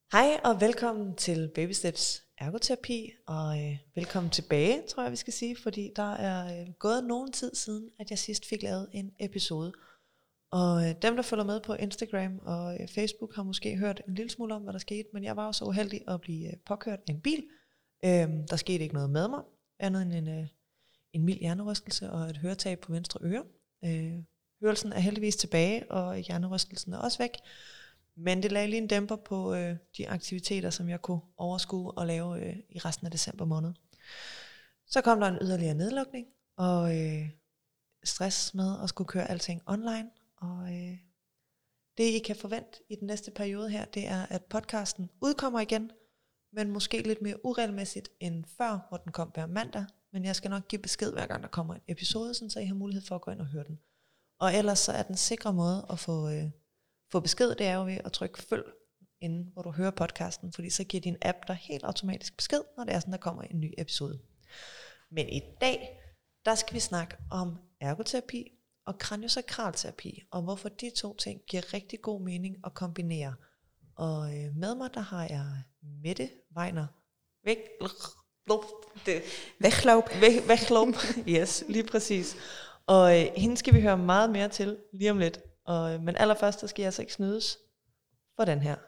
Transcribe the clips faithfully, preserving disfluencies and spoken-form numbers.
Hej og velkommen til Baby Steps Ergoterapi, og øh, velkommen tilbage, tror jeg vi skal sige, fordi der er øh, gået nogen tid siden, at jeg sidst fik lavet en episode. Og øh, dem, der følger med på Instagram og øh, Facebook, har måske hørt en lille smule om, hvad der skete, men jeg var jo så uheldig at blive øh, påkørt af en bil. Øh, der skete ikke noget med mig, andet end en, øh, en mild hjernerystelse og et høretab på venstre øre. Øh, hørelsen er heldigvis tilbage, og hjernerystelsen er også væk. Men det lagde lige en dæmper på øh, de aktiviteter, som jeg kunne overskue og lave øh, i resten af december måned. Så kom der en yderligere nedlukning, og øh, stress med at skulle køre alting online. Og øh, det I kan forvente i den næste periode her, det er, at podcasten udkommer igen, men måske lidt mere uregelmæssigt end før, hvor den kom hver mandag. Men jeg skal nok give besked, hver gang der kommer en episode, så I har mulighed for at gå ind og høre den. Og ellers så er den sikre måde at få... Øh, Få besked, det er jo ved at trykke følg, inden hvor du hører podcasten, fordi så giver din app dig helt automatisk besked, når det er sådan, der kommer en ny episode. Men i dag, der skal vi snakke om ergoterapi og kraniosakralterapi, og hvorfor de to ting giver rigtig god mening at kombinere. Og øh, med mig, der har jeg Mette Weiner Væk, det, Væklaup. Væk, Væklaup. Yes, lige præcis. Og øh, hende skal vi høre meget mere til lige om lidt. Og, men allerførst, der skal jeg altså ikke snydes for den her.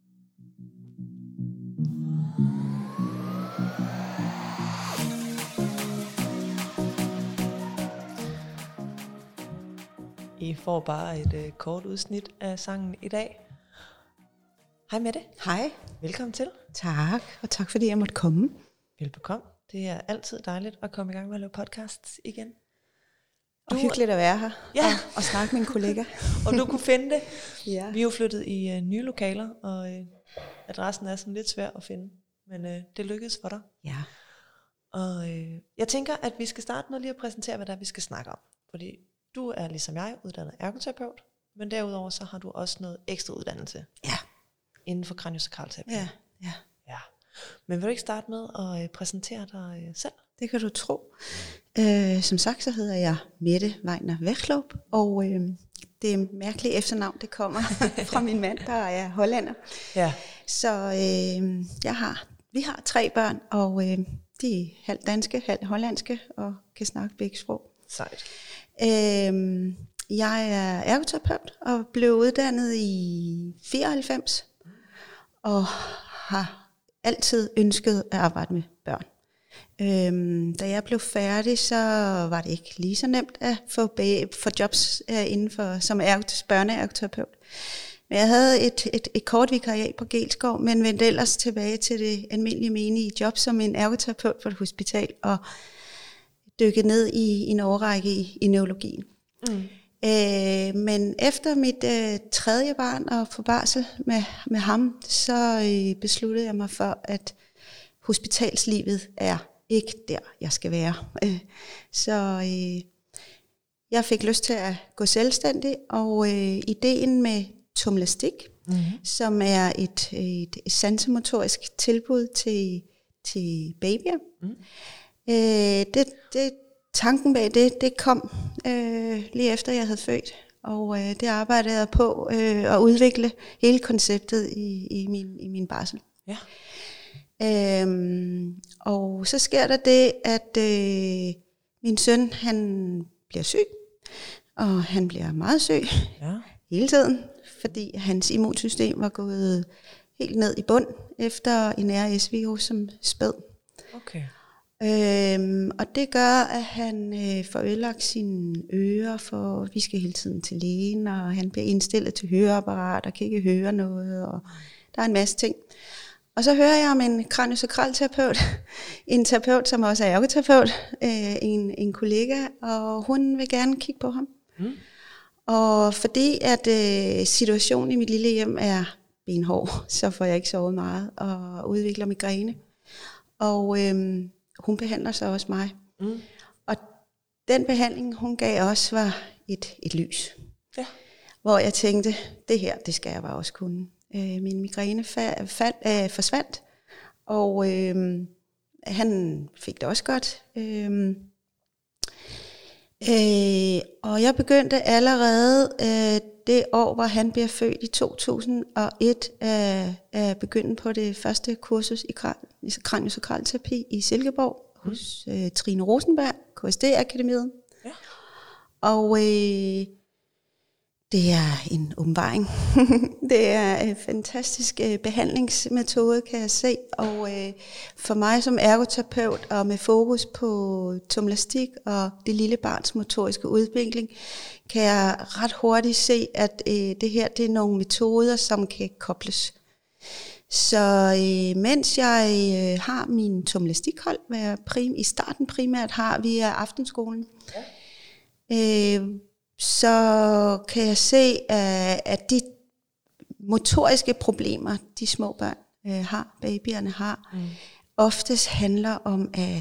I får bare et øh, kort udsnit af sangen i dag. Hej Mette. Hej. Velkommen til. Tak, og tak fordi jeg måtte komme. Velbekomme. Det er altid dejligt at komme i gang med at lave podcasts igen. Du, og hyggeligt at være her, ja. og, og snakke med en kollega. Og du kunne finde det. Ja. Vi er jo flyttet i uh, nye lokaler, og uh, adressen er sådan lidt svær at finde. Men uh, det lykkedes for dig. Ja. Og uh, jeg tænker, at vi skal starte med lige at præsentere, hvad der vi skal snakke om. Fordi du er ligesom jeg uddannet ergoterapeut, men derudover så har du også noget ekstra uddannelse. Ja. Inden for kraniosakralterapi. Ja, ja. Ja. Men vil du ikke starte med at uh, præsentere dig uh, selv? Det kan du tro. Øh, som sagt, så hedder jeg Mette Weiner Væklaup, og øh, det mærkelige efternavn, det kommer fra min mand, der er hollander. Ja. Så øh, jeg har, vi har tre børn, og øh, de er halvt danske, halvt hollandske, og kan snakke begge sprog. Sejt. Øh, jeg er ergoterapeut, og blev uddannet i fireoghalvfems, og har altid ønsket at arbejde med børn. Øhm, da jeg blev færdig, så var det ikke lige så nemt at få, ba- få jobs uh, inden for, som ergot- børneergoterapeut. Men jeg havde et, et, et kort vikariat på Gelskov, men vendte ellers tilbage til det almindelige menige job som en ergoterapeut på et hospital, og dykkede ned i, i en årrække i, i neurologien. Mm. Øh, men efter mit øh, tredje barn og på barsel med, med ham, så øh, besluttede jeg mig for, at hospitalslivet er ikke der, jeg skal være. Så øh, jeg fik lyst til at gå selvstændig, og øh, ideen med tumlastik, mm-hmm. som er et, et, et sansemotorisk tilbud til, til babyer, mm. øh, det, det, tanken bag det, det kom øh, lige efter jeg havde født, og øh, det arbejdede jeg på øh, at udvikle hele konceptet i, i, min, i min barsel. Ja. Øhm, og så sker der det, at øh, min søn, han bliver syg, og han bliver meget syg ja. hele tiden, fordi hans immunsystem var gået helt ned i bund efter en R S-virus som spæd. Okay. Øhm, og det gør, at han øh, får ødelagt sine ører, for vi skal hele tiden til lægen, og han bliver indstillet til høreapparat og kan ikke høre noget, og der er en masse ting. Og så hører jeg om en kraniosakralterapeut, en terapeut, som også er ergoterapeut, øh, en, en kollega, og hun vil gerne kigge på ham. Mm. Og fordi at øh, situationen i mit lille hjem er benhård, så får jeg ikke sovet meget og udvikler migræne. Og øh, hun behandler så også mig. Mm. Og den behandling, hun gav os, var et, et lys. Ja. Hvor jeg tænkte, det her, det skal jeg bare også kunne. Øh, min migræne fa- fa- øh, forsvandt, og øh, han fik det også godt. Øh, Øh, og jeg begyndte allerede øh, det år, hvor han bliver født i to tusind og et, at, at begynde på det første kursus i, i kraniosakralterapi i Silkeborg mm. hos øh, Trine Rosenberg, K S D-akademiet. Ja. Og øh, det er en omvejning. Det er en fantastisk øh, behandlingsmetode, kan jeg se. Og øh, for mig som ergoterapeut og med fokus på tomlastik og det lille barns motoriske udvikling, kan jeg ret hurtigt se, at øh, det her det er nogle metoder, som kan kobles. Så øh, mens jeg øh, har min tomlastikhold, hvad jeg prim, i starten primært har via aftenskolen, ja. øh, så kan jeg se, at de motoriske problemer, de små børn øh, har, babyerne har, mm. oftest handler om, at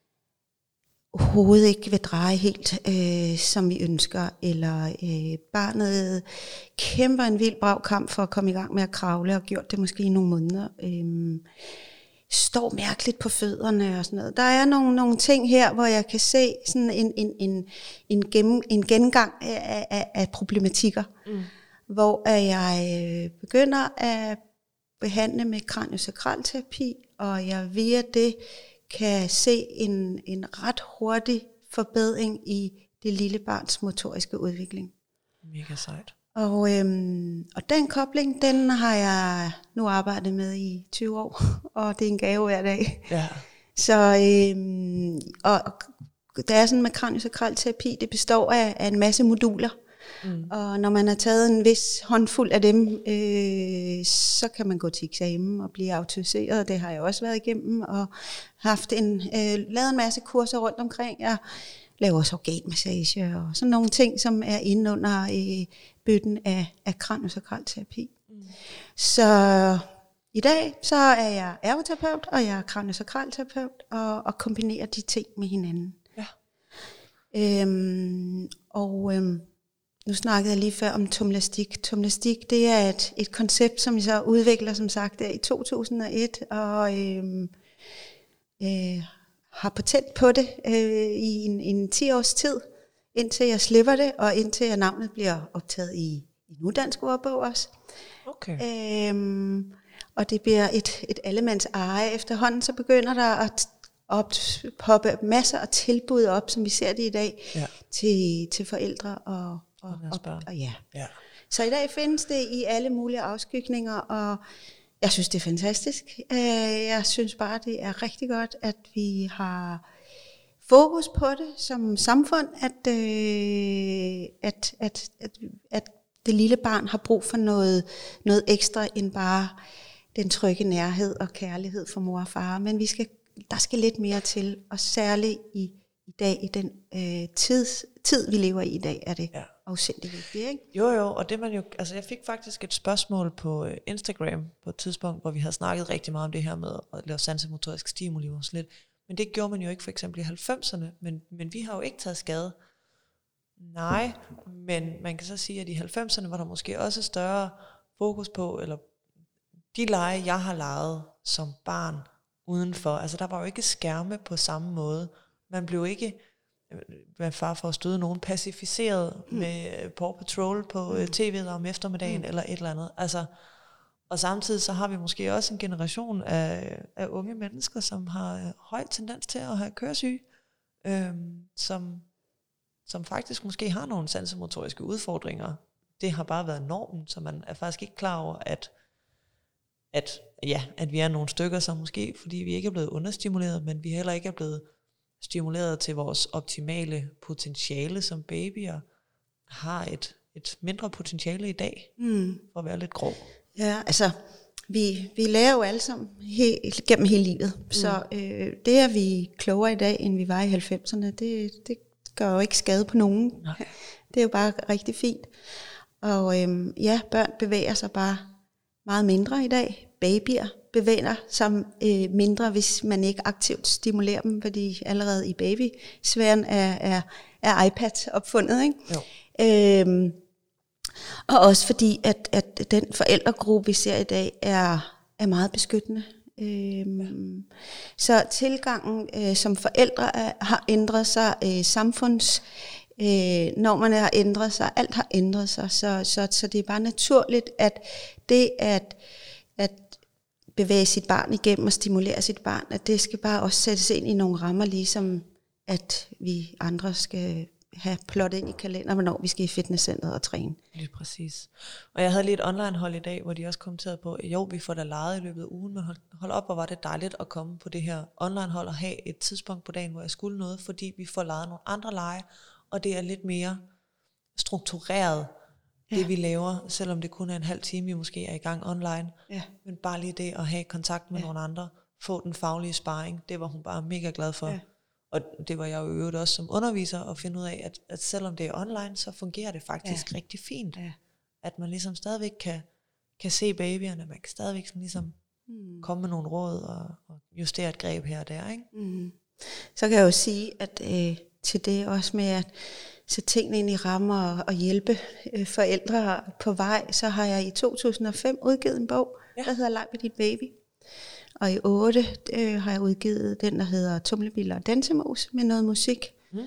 hovedet ikke vil dreje helt, øh, som vi ønsker, eller øh, barnet kæmper en vild brav kamp for at komme i gang med at kravle, og gjort det måske i nogle måneder. Øh, står mærkeligt på fødderne og sådan noget. Der er nogle, nogle ting her, hvor jeg kan se sådan en, en, en, en, gennem, en gengang af, af, af problematikker, mm. hvor jeg begynder at behandle med kraniosakralterapi, og jeg via det kan se en, en ret hurtig forbedring i det lille barns motoriske udvikling. Mega sejt. Og, øhm, og den kobling, den har jeg nu arbejdet med i tyve år, og det er en gave hver dag. Ja. Så øhm, og, og det er sådan med kraniosakralterapi, det består af, af en masse moduler. Mm. Og når man har taget en vis håndfuld af dem, øh, så kan man gå til eksamen og blive autoriseret. Det har jeg også været igennem, og haft en, øh, lavet en masse kurser rundt omkring. Jeg laver også organmassage og sådan nogle ting, som er inde under øh, bøtten af, af kraniosakralterapi. Mm. Så i dag så er jeg ergoterapeut, og jeg er kraniosakralterapeut, og, og kombinerer de ting med hinanden. Ja. Øhm, og øhm, nu snakkede jeg lige før om tomlastik. Tomlastik, det er et, et koncept, som vi så udvikler, som sagt, der i to tusind og et, og øhm, øh, har patent på det øh, i en, en ti års tid, indtil jeg slipper det, og indtil navnet bliver optaget i, i en uddansk ordbog også. Okay. Øhm, og det bliver et, et allemands eje. Efterhånden så begynder der at op, poppe masser af tilbud op, som vi ser det i dag, ja. til, til forældre og, og, og, og, og ja. ja. Så i dag findes det i alle mulige afskygninger, og jeg synes, det er fantastisk. Jeg synes bare, det er rigtig godt, at vi har fokus på det som samfund, at, at, at, at, at det lille barn har brug for noget, noget ekstra end bare den trygge nærhed og kærlighed for mor og far. Men vi skal, der skal lidt mere til, og særligt i, i dag, i den øh, tids, tid, vi lever i i dag, er det ja. afsindigt vigtigt, ikke? Jo, jo, og det man jo, altså jeg fik faktisk et spørgsmål på Instagram på et tidspunkt, hvor vi havde snakket rigtig meget om det her med at lave sansemotorisk stimuli og sådan lidt. Men det gjorde man jo ikke for eksempel i halvfemserne, men, men vi har jo ikke taget skade. Nej, men man kan så sige, at i halvfemserne var der måske også større fokus på, eller de lege, jeg har leget som barn udenfor, altså der var jo ikke skærme på samme måde. Man blev ikke, med far for at støde nogen, pacificeret mm. med Paw Patrol på mm. tv'et om eftermiddagen, mm. eller et eller andet. Altså, og samtidig så har vi måske også en generation af, af unge mennesker, som har høj tendens til at have køresyge, øhm, som, som faktisk måske har nogle sansemotoriske udfordringer. Det har bare været normen, så man er faktisk ikke klar over, at, at, ja, at vi er nogle stykker, som måske, fordi vi ikke er blevet understimuleret, men vi heller ikke er blevet stimuleret til vores optimale potentiale som babyer, har et, et mindre potentiale i dag, mm. for at være lidt grov. Ja, altså, vi, vi lærer jo alle sammen he, gennem hele livet, mm. så øh, det er vi klogere i dag, end vi var i halvfemserne, det, det gør jo ikke skade på nogen. Nej. Det er jo bare rigtig fint. Og øhm, ja, børn bevæger sig bare meget mindre i dag. Babyer bevæger sig øh, mindre, hvis man ikke aktivt stimulerer dem, fordi allerede i babysfæren er, er, er iPad opfundet, ikke? Jo. Øhm, og også fordi, at, at den forældregruppe, vi ser i dag, er, er meget beskyttende. Øhm, så tilgangen øh, som forældre er, har ændret sig, øh, samfunds Øh, når man har ændret sig, alt har ændret sig, så, så, så det er bare naturligt, at det at, at bevæge sit barn igennem og stimulere sit barn, at det skal bare også sættes ind i nogle rammer, ligesom at vi andre skal have plottet ind i kalenderen, hvornår vi skal i fitnesscenteret og træne. Lige præcis. Og jeg havde lige et online-hold i dag, hvor de også kommenterede på, jo, vi får da lejet i løbet af ugen, men hold, hold op, hvor var det dejligt at komme på det her online-hold og have et tidspunkt på dagen, hvor jeg skulle noget, fordi vi får lejet nogle andre lege, og det er lidt mere struktureret, det ja. vi laver, selvom det kun er en halv time, vi måske er i gang online. Ja. Men bare lige det at have kontakt med ja. nogle andre, få den faglige sparring, det var hun bare mega glad for. Ja. Og det var jeg jo øvet også som underviser at finde ud af, at, at selvom det er online, så fungerer det faktisk ja. rigtig fint. Ja. At man ligesom stadigvæk kan, kan se babyerne, man kan stadigvæk sådan ligesom mm. komme med nogle råd og, og justere et greb her og der. Ikke? Mm. Så kan jeg jo sige, at øh, til det også med at sætte tingene ind i rammer og, og hjælpe øh, forældre på vej, så har jeg i to tusind og fem udgivet en bog, ja. der hedder Leg med dit baby. Og i otte øh, har jeg udgivet den, der hedder Tumlebiler og Dansemus med noget musik. Mm.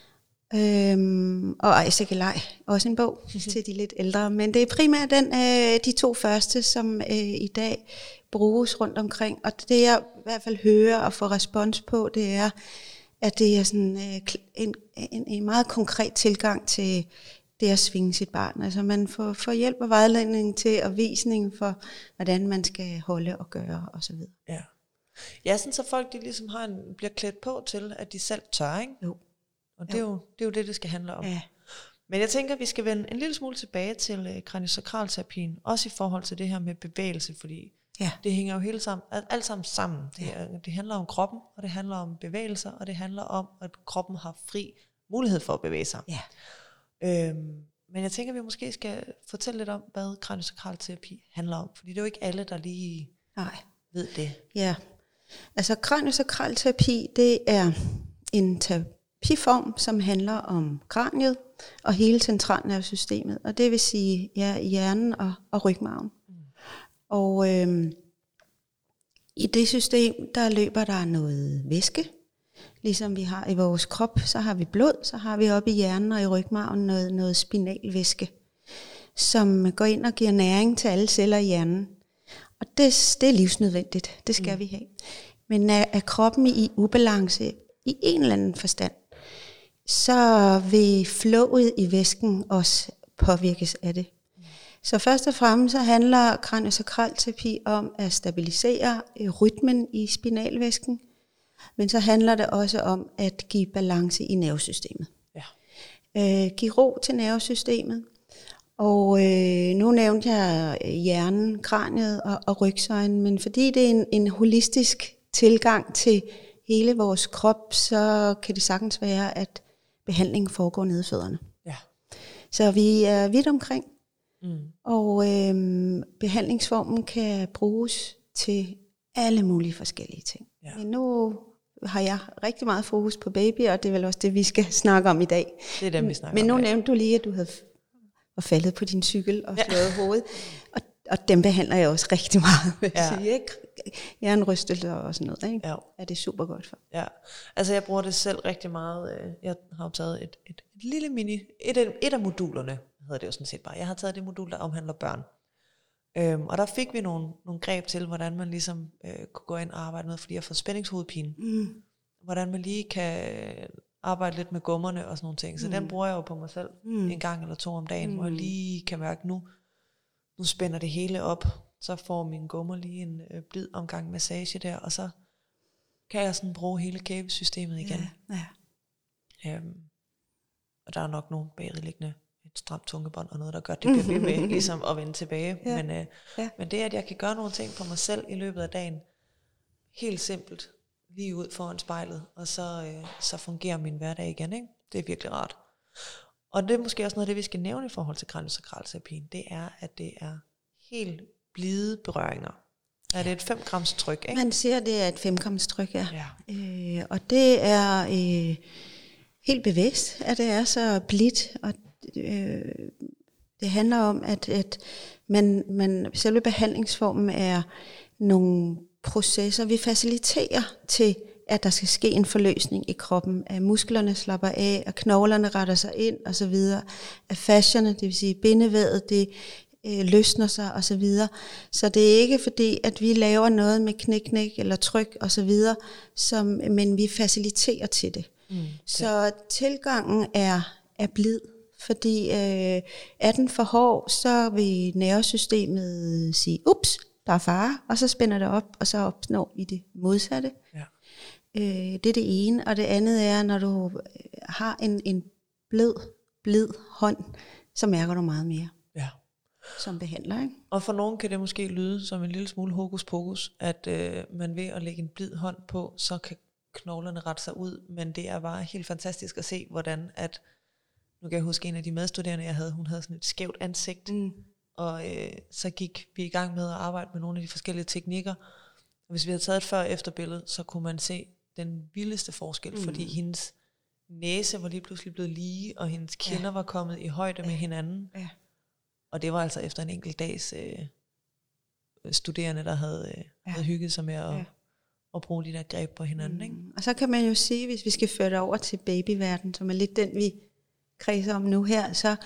Øhm, og Isaac Leg, også en bog mm-hmm. til de lidt ældre. Men det er primært den, øh, de to første, som øh, i dag bruges rundt omkring. Og det jeg i hvert fald hører og får respons på, det er, at det er sådan, øh, en, en, en meget konkret tilgang til det at svinge sit barn. Altså man får, får hjælp og vejledning til og visning for, hvordan man skal holde og gøre osv. Ja. Ja, sådan så folk de ligesom har en, bliver klædt på til, at de selv tør, ikke? Jo. Og det er jo. jo det er jo det, det skal handle om. Ja. Men jeg tænker, at vi skal vende en lille smule tilbage til uh, kraniosakralterapien, også i forhold til det her med bevægelse, fordi ja. det hænger jo hele sammen, alt sammen sammen. Det, er, det handler om kroppen, og det handler om bevægelser, og det handler om, at kroppen har fri mulighed for at bevæge sig. Ja. Øhm, men jeg tænker, at vi måske skal fortælle lidt om, hvad kraniosakralterapi handler om, fordi det er jo ikke alle, der lige Nej. ved det. Ja, altså kraniosakralterapi, det er en terapiform, som handler om kraniet og hele centralnervesystemet, og det vil sige ja, hjernen og, og rygmarven. Mm. Og øhm, i det system, der løber der noget væske. Ligesom vi har i vores krop, så har vi blod, så har vi oppe i hjernen og i rygmarven noget, noget spinalvæske, som går ind og giver næring til alle celler i hjernen. Og det, det er livsnødvendigt, det skal mm. vi have. Men er, er kroppen i ubalance i en eller anden forstand, så vil flowet i væsken også påvirkes af det. Mm. Så først og fremmest så handler kraniosakralterapi om at stabilisere rytmen i spinalvæsken, men så handler det også om at give balance i nervesystemet. Ja. Øh, give ro til nervesystemet. Og øh, nu nævnte jeg hjernen, kraniet og, og rygsøjlen, men fordi det er en, en holistisk tilgang til hele vores krop, så kan det sagtens være, at behandlingen foregår nede i fødderne. Ja. Så vi er vidt omkring, mm. og øh, behandlingsformen kan bruges til alle mulige forskellige ting. Ja. Men nu har jeg rigtig meget fokus på baby, og det er vel også det, vi skal snakke om i dag. Det er dem, vi snakker Men om. Men nu nævnte du lige, at du havde var faldet på din cykel og slået ja. hovedet. Og, og dem behandler jeg også rigtig meget, vil jeg ja. sige. Ikke? Hjernerystelse og sådan noget. Ikke? Ja. Er det super godt for. Ja, altså jeg bruger det selv rigtig meget. Jeg har jo taget et, et, et lille mini, et af, et af modulerne, hedder det jo sådan set bare. Jeg har taget det modul, der omhandler børn. Øhm, og der fik vi nogle, nogle greb til, hvordan man ligesom øh, kunne gå ind og arbejde med, fordi jeg har fået spændingshovedpine. Mm. Hvordan man lige kan arbejde lidt med gummerne og sådan nogle ting. Så mm. den bruger jeg jo på mig selv mm. en gang eller to om dagen, mm. hvor jeg lige kan mærke, nu, nu spænder det hele op. Så får mine gummer lige en øh, blid omgang massage der, og så kan jeg sådan bruge hele kæbesystemet igen. Ja, ja. Øhm, og der er nok nogle bagvedliggende, et stramt tungebånd og noget, der gør, det bliver ved med ligesom at vende tilbage. Ja. Men, øh, ja. men det, at jeg kan gøre nogle ting for mig selv i løbet af dagen, helt simpelt, lige ud foran spejlet, og så, øh, så fungerer min hverdag igen. Ikke? Det er virkelig rart. Og det er måske også noget af det, vi skal nævne i forhold til kraniosakralterapien, det er, at det er helt blide berøringer. Er det et fem grams tryk, ikke? Man siger, det er et fem grams tryk, ja. ja. Øh, og det er øh, helt bevidst, at det er så blidt, og øh, det handler om, at, at man, man, selve behandlingsformen er nogle processer, vi faciliterer til at der skal ske en forløsning i kroppen, at musklerne slapper af, at knoglerne retter sig ind og så videre, at fascierne, det vil sige bindevævet, det øh, løsner sig og så videre. Så det er ikke fordi, at vi laver noget med knæk, knæk eller tryk og så videre, som, men vi faciliterer til det. Mm, det. Så tilgangen er, er blid, fordi øh, er den for hård, så vil nervesystemet sige, ups, der er fare, og så spænder det op, og så opnår vi det modsatte. Ja. Øh, det er det ene, og det andet er, når du har en, en blød, blid hånd, så mærker du meget mere. Ja. Som behandler, ikke? Og for nogen kan det måske lyde som en lille smule hokus pokus, at øh, man ved at lægge en blid hånd på, så kan knoglerne rette sig ud, men det er bare helt fantastisk at se, hvordan at, nu kan jeg huske en af de medstuderende, jeg havde, hun havde sådan et skævt ansigt, mm. og øh, så gik vi i gang med at arbejde med nogle af de forskellige teknikker, og hvis vi havde taget et før- og efterbillede, så kunne man se den vildeste forskel, mm. fordi hendes næse var lige pludselig blevet lige, og hendes kinder ja. var kommet i højde ja. med hinanden, ja. og det var altså efter en enkelt dags øh, studerende, der havde, øh, ja. havde hygget sig med at ja. og bruge de der greb på hinanden. Mm. Ikke? Og så kan man jo sige, hvis vi skal føre det over til babyverden, som er lidt den, vi kredser om nu her, så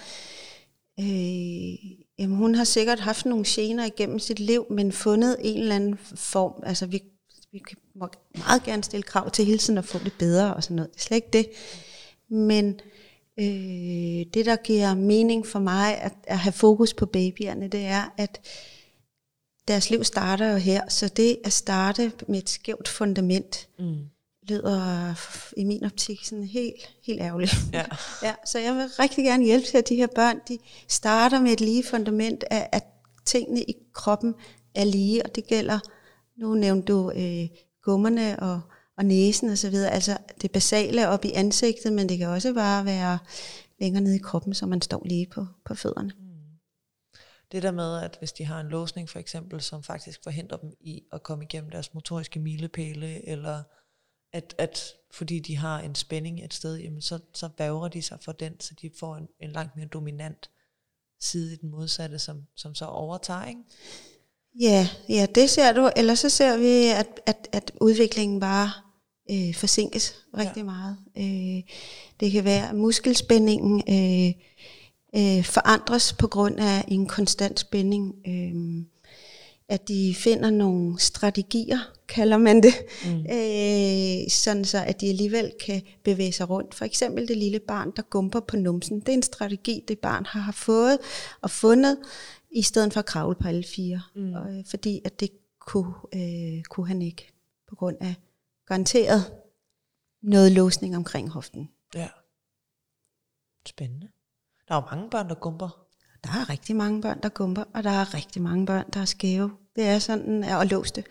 øh, jamen, hun har sikkert haft nogle gener igennem sit liv, men fundet en eller anden form. Altså vi, vi må meget gerne stille krav til hele tiden at få det bedre og sådan noget. Det er slet ikke det. Men øh, det, der giver mening for mig at, at have fokus på babyerne, det er, at deres liv starter jo her, så det at starte med et skævt fundament, mm. lyder i min optik sådan helt, helt ærgerligt. Ja. Ja, så jeg vil rigtig gerne hjælpe til, at de her børn, de starter med et lige fundament af, at tingene i kroppen er lige, og det gælder, nu nævnte du øh, gummerne og, og næsen og så videre, altså det basale op i ansigtet, men det kan også bare være længere nede i kroppen, så man står lige på, på fødderne. Mm. Det der med, at hvis de har en låsning for eksempel, som faktisk forhindrer dem i at komme igennem deres motoriske milepæle, eller at, at fordi de har en spænding et sted, jamen så, så vævrer de sig for den, så de får en, en langt mere dominant side i den modsatte, som, som så overtager, ikke? Ja, ja, det ser du. Ellers så ser vi, at, at, at udviklingen bare øh, forsinkes rigtig ja. meget. Øh, det kan være, at muskelspændingen øh, øh, forandres på grund af en konstant spænding. Øh, at de finder nogle strategier, kalder man det, mm. øh, sådan så at de alligevel kan bevæge sig rundt. For eksempel det lille barn, der gumper på numsen. Det er en strategi, det barn har fået og fundet, i stedet for at kravle på alle fire. Mm. Og, øh, fordi at det kunne, øh, kunne han ikke, på grund af garanteret noget låsning omkring hoften. Ja. Spændende. Der er jo mange børn, der gumper. Der er rigtig mange børn, der gumper, og der er rigtig mange børn, der er skæve. Det er sådan, og låste.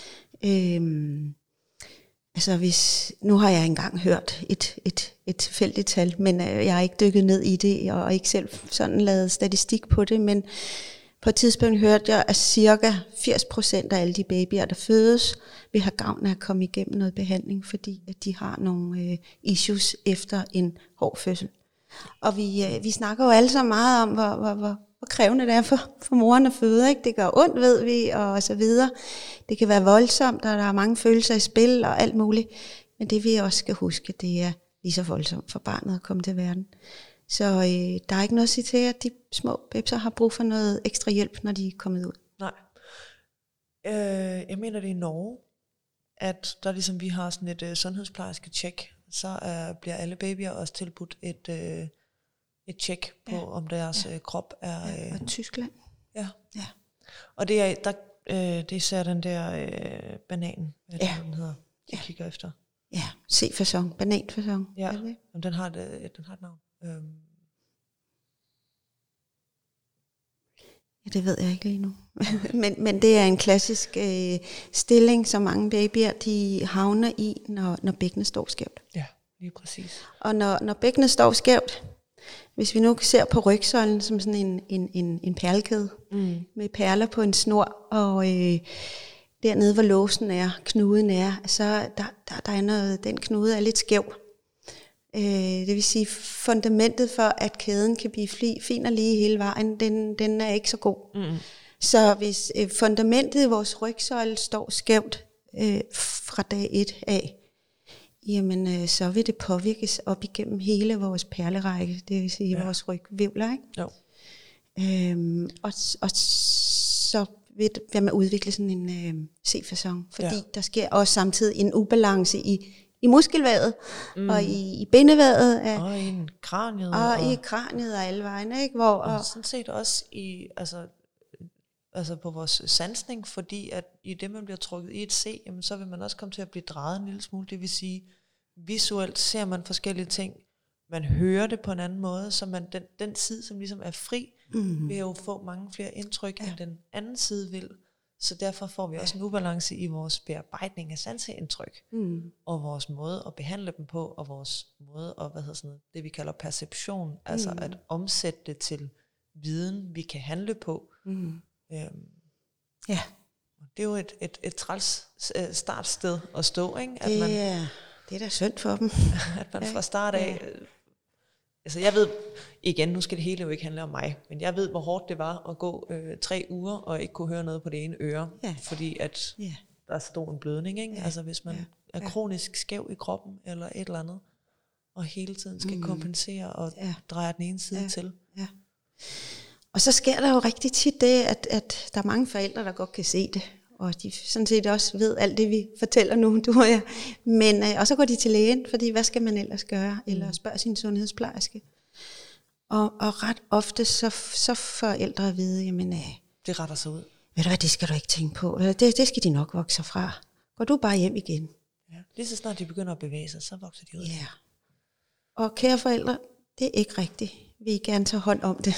Øhm, altså hvis, nu har jeg engang hørt et, et, et tilfældigt tal, men øh, jeg har ikke dykket ned i det, og ikke selv sådan lavet statistik på det, men på et tidspunkt hørte jeg, at cirka firs procent af alle de babyer, der fødes, vil have gavn af at komme igennem noget behandling, fordi at de har nogle øh, issues efter en hård fødsel. Og vi, øh, vi snakker jo alle sammen meget om, hvor, hvor, hvor, hvor krævende det er for, for moren at føde. Ikke? Det gør ondt, ved vi, og så videre. Det kan være voldsomt, og der er mange følelser i spil, og alt muligt. Men det vi også skal huske, det er lige så voldsomt for barnet at komme til verden. Så øh, der er ikke noget at sige til, at de små babser har brug for noget ekstra hjælp, når de er kommet ud. Nej. Øh, jeg mener det i Norge, at der ligesom vi har sådan et øh, sundhedsplejerske tjek, så øh, bliver alle babyer også tilbudt et, øh, et tjek på, ja. om deres ja. øh, krop er... Øh, ja, og Tyskland. Ja. ja. Og det er, der, øh, det er især den der øh, banan, hvad ja. den hedder, de ja. kigger efter. Ja, C-fasson, bananfasson. Ja, Jamen, den, har et, øh, den har et navn. Øhm. Ja, det ved jeg ikke lige nu. men, men det er en klassisk øh, stilling, som mange babyer de havner i, når, når bækkenet står skævt. Ja, lige præcis. Og når, når bækkenet står skævt, hvis vi nu ser på rygsøjlen som sådan en, en, en, en perlekæde, mm. med perler på en snor, og øh, dernede hvor låsen er, knuden er, så der, der, der er noget, den knude er lidt skæv. Øh, det vil sige, fundamentet for, at kæden kan blive fli, fin og lige hele vejen, den, den er ikke så god. Mm. Så hvis øh, fundamentet i vores rygsøjle står skævt øh, fra dag et af, jamen øh, så vil det påvirkes op igennem hele vores perlerække, det vil sige ja. vores rygvævler, ikke? Jo. Øhm, og, og så vil, vil man udvikle sådan en øh, C-facon, fordi ja. der sker også samtidig en ubalance i, i muskelvævet, mm. og i, i bindevævet. Af, og i kraniet. Og, og i kraniet og alle vegne, ikke? Hvor, og, og og sådan set også i, altså, altså på vores sansning, fordi at i det, man bliver trukket i et C, jamen, så vil man også komme til at blive drejet en lille smule. Det vil sige, visuelt ser man forskellige ting, man hører det på en anden måde, så man den, den side, som ligesom er fri, mm. vil jo få mange flere indtryk, ja. end den anden side vil. Så derfor får vi også en ubalance i vores bearbejdning af sanseindtryk, mm. og vores måde at behandle dem på, og vores måde at, hvad hedder sådan noget, det vi kalder perception, mm. altså at omsætte det til viden, vi kan handle på. Mm. Øhm, ja. Det er jo et, et, et træls startsted at stå, ikke? At det, man, er, det er da synd for dem. At man fra start af... Ja. Altså jeg ved, igen, nu skal det hele jo ikke handle om mig, men jeg ved, hvor hårdt det var at gå øh, tre uger og ikke kunne høre noget på det ene øre, ja. fordi at ja. der stod en blødning, ikke? Ja. Altså hvis man ja. er kronisk skæv i kroppen eller et eller andet, og hele tiden skal mm. kompensere og ja. dreje den ene side ja. til. Ja. Og så sker der jo rigtig tit det, at, at der er mange forældre, der godt kan se det, og de sådan set også ved alt det, vi fortæller nu, du og jeg. Men, øh, og så går de til lægen, fordi hvad skal man ellers gøre? Mm. Eller spørge sin sundhedsplejerske. Og, og ret ofte, så, så forældre at vide, jamen, øh, det retter sig ud. Ved du hvad, det skal du ikke tænke på. Det, det skal de nok vokse fra. Går du bare hjem igen. Ja. Lige så snart de begynder at bevæge sig, så vokser de ud. Ja. Og kære forældre, det er ikke rigtigt. Vi vil gerne tage hånd om det.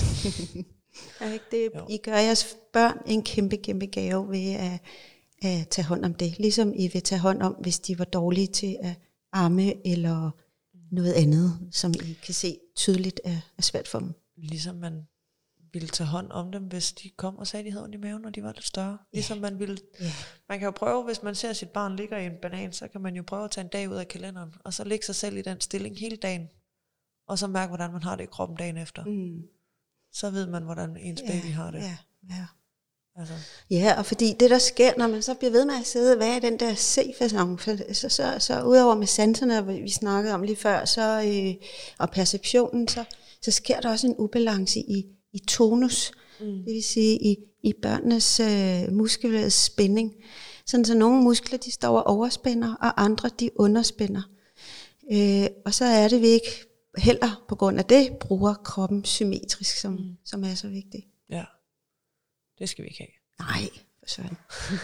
Det, I gør jeres børn en kæmpe, kæmpe gave ved at, at tage hånd om det. Ligesom I vil tage hånd om, hvis de var dårlige til at amme eller noget andet, som I kan se tydeligt er, er svært for dem. Ligesom man ville tage hånd om dem, hvis de kom og sagde, at de havde ondt i maven, når de var lidt større. Ligesom yeah. man ville... Yeah. Man kan jo prøve, hvis man ser, at sit barn ligger i en banan, så kan man jo prøve at tage en dag ud af kalenderen, og så lægge sig selv i den stilling hele dagen, og så mærke, hvordan man har det i kroppen dagen efter. Mm. Så ved man, hvordan ens baby ja, har det. Ja, ja. Altså. Ja, og fordi det, der sker, når man så bliver ved med at sidde, hvad er den der C-facon? Så, så, så udover med sanserne, vi snakkede om lige før, så, øh, og perceptionen, så, så sker der også en ubalance i, i tonus. Mm. Det vil sige, i, i børnenes øh, muskelvævets spænding. Sådan så nogle muskler, de står og overspænder, og andre, de underspænder. Øh, og så er det, vi ikke... heller på grund af det bruger kroppen symmetrisk, som, mm. som er så vigtigt. Ja, det skal vi ikke have. Nej, for søren.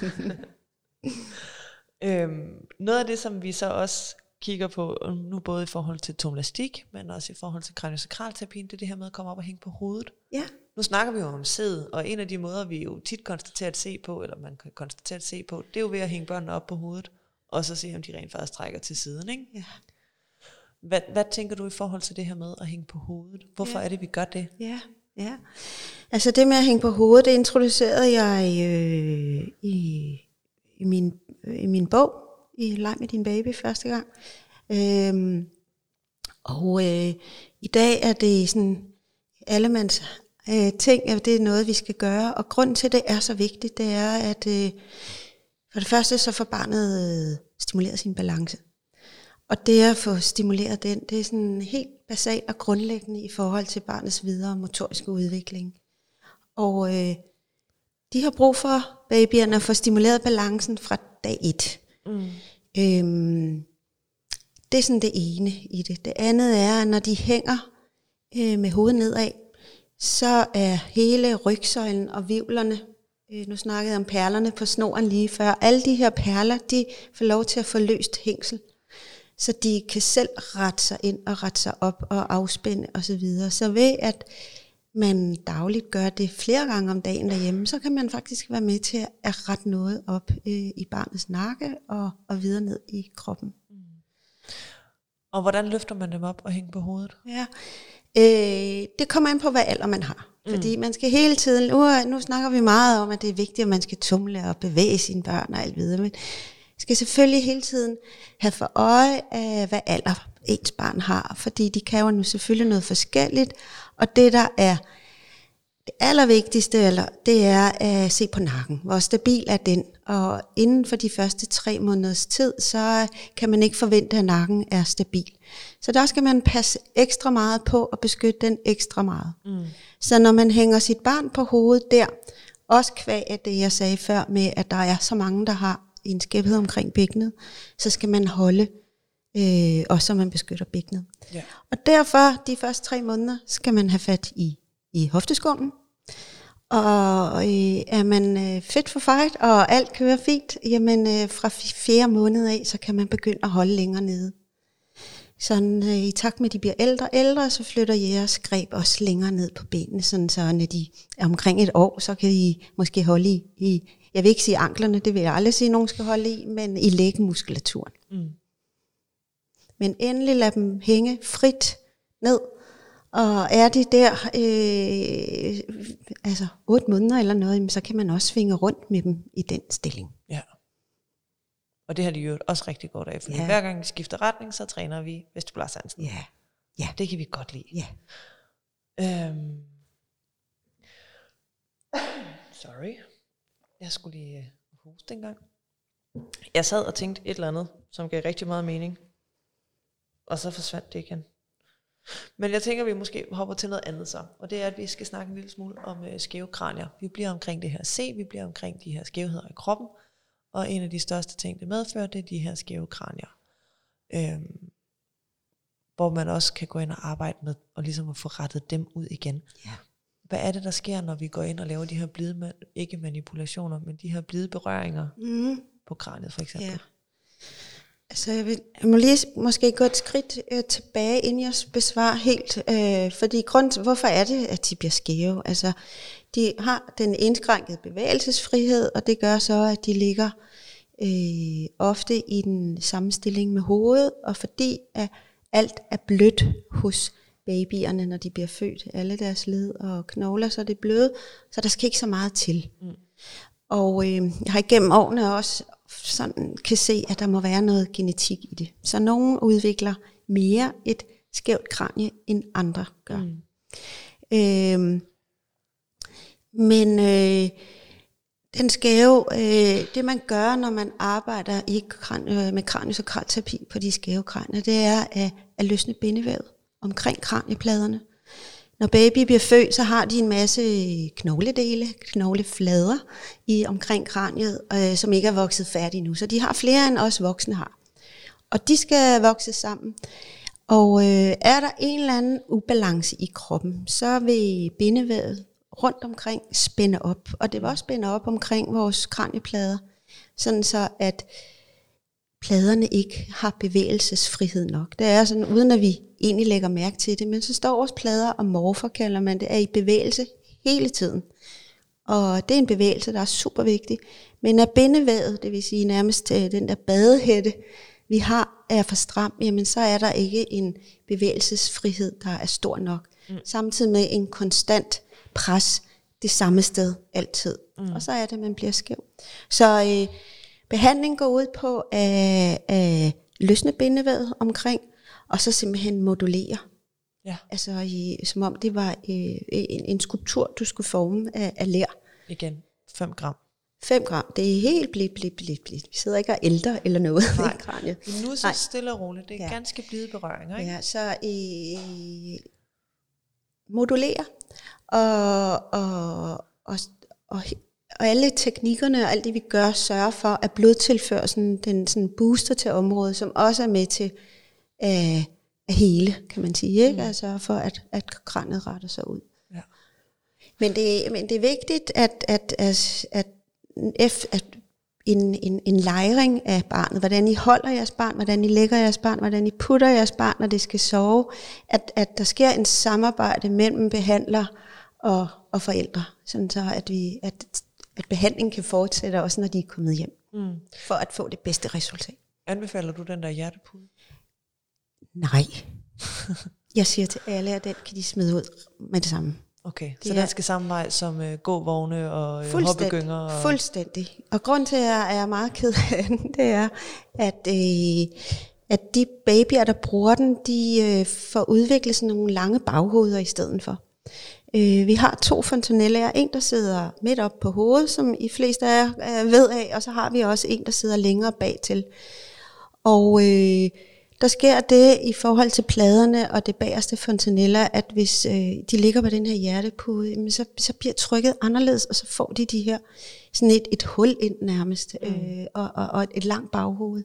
øhm, noget af det, som vi så også kigger på, nu både i forhold til tomlastik, men også i forhold til kraniosakralterapien, det er det her med at komme op og hænge på hovedet. Ja. Nu snakker vi jo om sæd, og en af de måder, vi jo tit konstaterer at se på, eller man kan konstatere at se på, det er jo ved at hænge børnene op på hovedet, og så se, om de rent faktisk trækker til siden, ikke? Ja. Hvad, hvad tænker du i forhold til det her med at hænge på hovedet? Hvorfor ja. er det, vi gør det? Ja, ja. Altså det med at hænge på hovedet, det introducerede jeg øh, i, i, min, i min bog, i Leg med din baby første gang. Øhm, og øh, i dag er det sådan allemands øh, ting, at det er noget, vi skal gøre. Og grunden til, det er så vigtigt, det er, at øh, for det første, så får barnet øh, stimuleret sin balance. Og det at få stimuleret den, det er sådan helt basalt og grundlæggende i forhold til barnets videre motoriske udvikling. Og øh, de har brug for babyerne at få stimuleret balancen fra dag et. Mm. Øhm, det er sådan det ene i det. Det andet er, at når de hænger øh, med hovedet nedad, så er hele rygsøjlen og vivlerne, øh, nu snakkede jeg om perlerne på snoren lige før, alle de her perler, de får lov til at få løst hængsel. Så de kan selv rette sig ind og rette sig op og afspænde osv. Så ved at man dagligt gør det flere gange om dagen derhjemme, så kan man faktisk være med til at rette noget op øh, i barnets nakke og, og videre ned i kroppen. Mm. Og hvordan løfter man dem op og hænger på hovedet? Ja, øh, det kommer an på, hvad alder man har. Mm. Fordi man skal hele tiden, nu, nu snakker vi meget om, at det er vigtigt, at man skal tumle og bevæge sine børn og alt videre, men skal selvfølgelig hele tiden have for øje af, hvad alder ens barn har, fordi de kan jo nu selvfølgelig noget forskelligt, og det der er det allervigtigste, eller, det er at se på nakken. Hvor stabil er den? Og inden for de første tre måneders tid, så kan man ikke forvente, at nakken er stabil. Så der skal man passe ekstra meget på at beskytte den ekstra meget. Mm. Så når man hænger sit barn på hovedet der, også kvæg af det, jeg sagde før, med at der er så mange, der har en skævhed omkring bækkenet, så skal man holde, øh, også så man beskytter bækkenet. Yeah. Og derfor, de første tre måneder, skal man have fat i, i hofteskålen. Og øh, er man øh, fit for fight, og alt kører fint, jamen øh, fra fjerde måned af, så kan man begynde at holde længere nede. Sådan øh, i takt med, at de bliver ældre ældre, så flytter jeres greb også længere ned på benene, sådan så når de er omkring et år, så kan I måske holde i, i jeg vil ikke sige anklerne, det vil jeg aldrig sige, at nogen skal holde i, men i lægmuskulaturen. Mm. Men endelig lad dem hænge frit ned, og er de der øh, altså otte måneder eller noget, så kan man også svinge rundt med dem i den stilling. Ja. Og det har de jo også rigtig godt af, for ja. Hver gang de skifter retning, så træner vi vestibularsansen. Ja. Ja. Det kan vi godt lide. Ja. Øhm. Sorry. Jeg skulle lige hoste en gang. Jeg sad og tænkte et eller andet, som gav rigtig meget mening. Og så forsvandt det igen. Men jeg tænker, at vi måske hopper til noget andet så. Og det er, at vi skal snakke en lille smule om øh, skæve kranier. Vi bliver omkring det her C, vi bliver omkring de her skævheder i kroppen. Og en af de største ting, det medfører, det er de her skæve kranier. Øhm, hvor man også kan gå ind og arbejde med, og ligesom at få rettet dem ud igen. Ja. Hvad er det, der sker, når vi går ind og laver de her blide, ikke manipulationer, men de her blide berøringer mm. på kraniet for eksempel? Ja. Altså jeg, vil, jeg må lige måske gå et skridt øh, tilbage, inden jeg besvarer helt. Øh, fordi grund, hvorfor er det, at de bliver skæve? Altså de har den indskrænkede bevægelsesfrihed, og det gør så, at de ligger øh, ofte i den samme stilling med hovedet, og fordi at alt er blødt hos babyerne, når de bliver født, alle deres led og knogler, så er det bløde, så der skal ikke så meget til. Mm. Og øh, jeg har igennem årene også sådan kan se, at der må være noget genetik i det. Så nogen udvikler mere et skævt kranie, end andre gør. Mm. Øh, men øh, den skæve, øh, det man gør, når man arbejder i kranie, med kraniosakral-terapi på de skæve kranier, det er at, at løsne bindevævet omkring kraniepladerne. Når baby bliver født, så har de en masse knogledele, knogleflader i omkring kraniet, øh, som ikke er vokset færdige nu. Så de har flere end os voksne har. Og de skal vokse sammen. Og øh, er der en eller anden ubalance i kroppen, så vil bindevævet rundt omkring spænde op. Og det vil også spænde op omkring vores kranieplader, sådan så at pladerne ikke har bevægelsesfrihed nok. Det er sådan, uden at vi egentlig lægger mærke til det, men så står vores plader og morfer, kalder man det, er i bevægelse hele tiden. Og det er en bevægelse, der er super vigtig. Men er bindevævet, det vil sige nærmest den der badehætte, vi har, er for stram, jamen så er der ikke en bevægelsesfrihed, der er stor nok. Mm. Samtidig med en konstant pres det samme sted altid. Mm. Og så er det, man bliver skæv. Så øh, behandling går ud på at, at løsne bindevævet omkring, og så simpelthen modulere. Ja. Altså i, som om det var øh, en, en skulptur, du skulle forme af, af ler. Igen, fem gram. fem gram, det er helt blidt, blidt, blidt, blidt. Vi sidder ikke og ælder eller noget i kraniet. Men nu er så stille og roligt. Det er ja. ganske blide berøringer, ikke? Ja, så øh, modulere, og, og, og, og, og alle teknikkerne og alt det, vi gør, sørger for, at blodtilførslen, den sådan booster til området, som også er med til at, at hele, kan man sige, ikke? Mm. Altså for, at, at kraniet retter sig ud. Ja. Men, det, men det er vigtigt, at, at, at, at F, at en, en, en lejring af barnet, hvordan I holder jeres barn, hvordan I lægger jeres barn, hvordan I putter jeres barn, når det skal sove, at, at der sker en samarbejde mellem behandler og, og forældre, sådan så at, vi, at, at behandlingen kan fortsætte også, når de er kommet hjem, mm. for at få det bedste resultat. Anbefaler du den der hjertepude? Nej. Jeg siger til alle, at den kan de smide ud med det samme. Okay, så den skal samme vej som uh, gåvogne og uh, hoppegynger? Og fuldstændig. Og grund til, at jeg er meget ked af den, det er, at, øh, at de babyer, der bruger den, de øh, får udviklet sådan nogle lange baghoveder i stedet for. Øh, vi har to fontanellaer, en der sidder midt op på hovedet, som I fleste af jer øh, ved af, og så har vi også en, der sidder længere bag til. Og øh, der sker det i forhold til pladerne og det bagerste fontanella, at hvis øh, de ligger på den her hjertepude, så, så bliver trykket anderledes, og så får de de her sådan et, et hul ind nærmest, mm. øh, og, og, og et, et langt baghoved.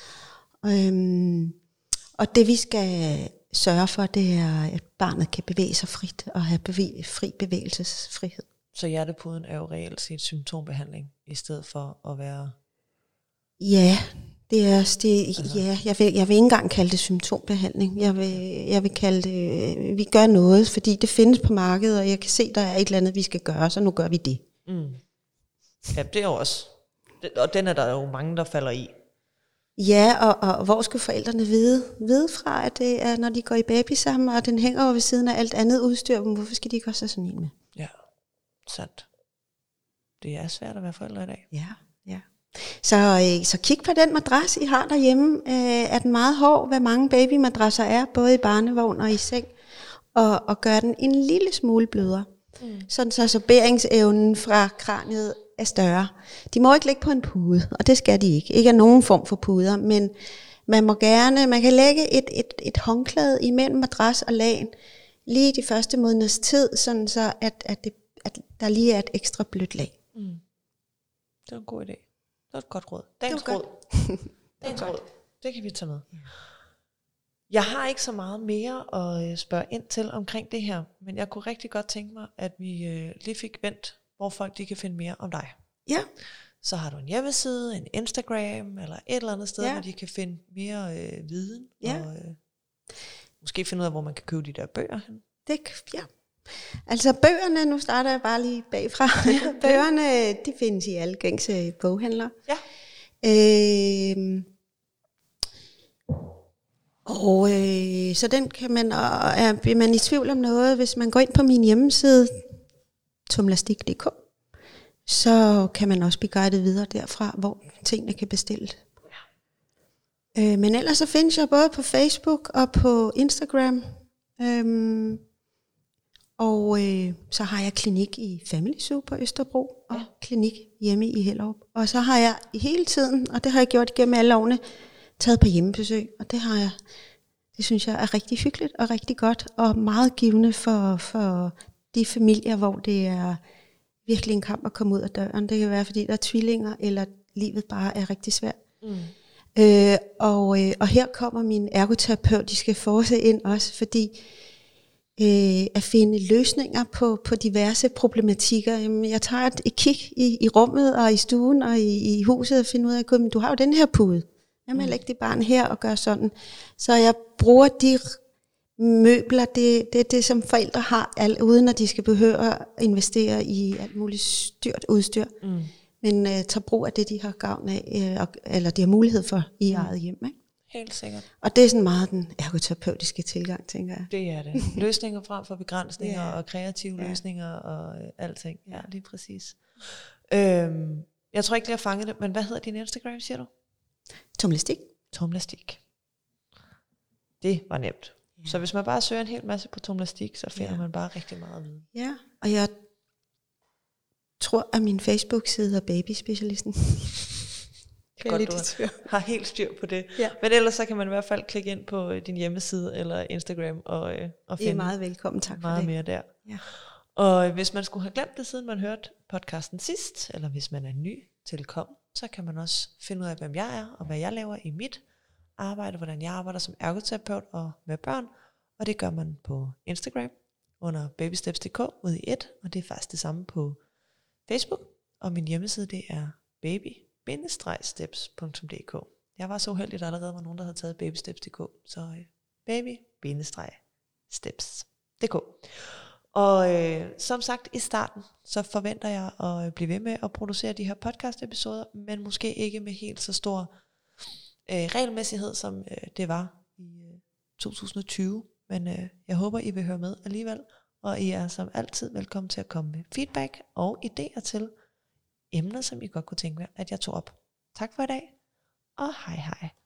Øhm, og det vi skal sørge for, det er, at barnet kan bevæge sig frit og have bevæge, fri bevægelsesfrihed. Så hjertepuden er jo reelt set symptombehandling, i stedet for at være... Ja, det er, det, altså. ja jeg, vil, jeg vil ikke engang kalde det symptombehandling. Jeg vil, jeg vil kalde det, vi gør noget, fordi det findes på markedet, og jeg kan se, der er et eller andet, vi skal gøre, så nu gør vi det. Mm. Ja, det er jo også... Og den er der jo mange, der falder i. Ja, og, og hvor skal forældrene vide, vide fra, at det er, når de går i baby sammen, og den hænger over ved siden af alt andet udstyr, men hvorfor skal de ikke også have sådan en med? Ja, sandt. Det er svært at være forældre i dag. Ja, ja. Så, øh, så kig på den madras, I har derhjemme. Øh, er den meget hård, hvad mange babymadrasser er, både i barnevogn og i seng, og, og gør den en lille smule blødere. Mm. Sådan så, så bæringsevnen fra kraniet er større. De må ikke ligge på en pude, og det skal de ikke. Ikke af nogen form for puder, men man må gerne, man kan lægge et, et, et håndklæde imellem madras og lagen, lige de første måneders tid, sådan så at, at, det, at der lige er et ekstra blødt lag. Mm. Det er en god idé. Det er et godt råd. Dagens det råd. Dagens råd. Det kan vi tage med. Ja. Jeg har ikke så meget mere at spørge ind til omkring det her, men jeg kunne rigtig godt tænke mig, at vi øh, lige fik vendt, hvor folk de kan finde mere om dig. Ja. Så har du en hjemmeside, en Instagram, eller et eller andet sted, ja. hvor de kan finde mere øh, viden, ja. og øh, måske finde ud af, hvor man kan købe de der bøger hen. Det, ja. Altså bøgerne, nu starter jeg bare lige bagfra. Bøgerne, de findes i alle gængse boghandlere. Ja. Øh, og øh, så den kan man, og er, bliver man i tvivl om noget, hvis man går ind på min hjemmeside, tumlastik punktum d k, så kan man også blive guidet videre derfra, hvor tingene kan bestilles. Ja. Øh, men ellers så findes jeg både på Facebook og på Instagram. Øhm, og øh, så har jeg klinik i Family Zoo på Østerbro, og ja. klinik hjemme i Hellerup. Og så har jeg hele tiden, og det har jeg gjort gennem alle årene, taget på hjemmebesøg, og det har jeg, det synes jeg er rigtig hyggeligt og rigtig godt, og meget givende for, for de familier, hvor det er virkelig en kamp at komme ud af døren. Det kan være, fordi der er tvillinger, eller livet bare er rigtig svært. Mm. Øh, og, øh, og her kommer min ergoterapeutiske force ind også, fordi øh, at finde løsninger på, på diverse problematikker. Jamen, jeg tager et, et kig i, i rummet og i stuen og i, i huset og finder ud af, at du har jo den her pude. Jamen, jeg lægger det barn her og gør sådan. Så jeg bruger de møbler, det, det er det, som forældre har, al, uden at de skal behøve at investere i alt muligt styrt udstyr. Mm. Men uh, tager brug af det, de har gavn af, uh, eller de har mulighed for i mm. eget hjem. Ikke? Helt sikkert. Og det er sådan meget den ergoterapeutiske tilgang, tænker jeg. Det er det. Løsninger frem for begrænsninger, ja. og kreative ja. løsninger og uh, alting. Ja, lige præcis. Øhm, jeg tror ikke, jeg har fanget det, men hvad hedder din Instagram, siger du? Tumlastik. Tumlastik. Det var nemt. Ja. Så hvis man bare søger en hel masse på tumlastik, så finder ja. man bare rigtig meget viden. Ja, og jeg tror, at min Facebook-side er babyspecialisten. Det er godt, du har helt styr på det. Ja. Men ellers så kan man i hvert fald klikke ind på din hjemmeside eller Instagram og, og finde det er meget velkommen, tak meget for det. mere der. Ja. Og hvis man skulle have glemt det, siden man hørte podcasten sidst, eller hvis man er ny tilkom, så kan man også finde ud af, hvem jeg er, og hvad jeg laver i mit arbejde, hvordan jeg arbejder som ergoterapeut og med børn. Og det gør man på Instagram under babysteps punktum d k ude i et, og det er faktisk det samme på Facebook. Og min hjemmeside, det er baby steps punktum d k. Jeg var så uheldig, at der allerede var nogen, der havde taget babysteps punktum d k. Så øh, baby steps punktum d k. Og øh, som sagt i starten, så forventer jeg at blive ved med at producere de her podcast episoder, men måske ikke med helt så stor øh, regelmæssighed, som øh, det var i øh, to tusind og tyve. Men øh, jeg håber, I vil høre med alligevel, og I er som altid velkommen til at komme med feedback og idéer til emner, som I godt kunne tænke jer, at jeg tog op. Tak for i dag, og hej hej.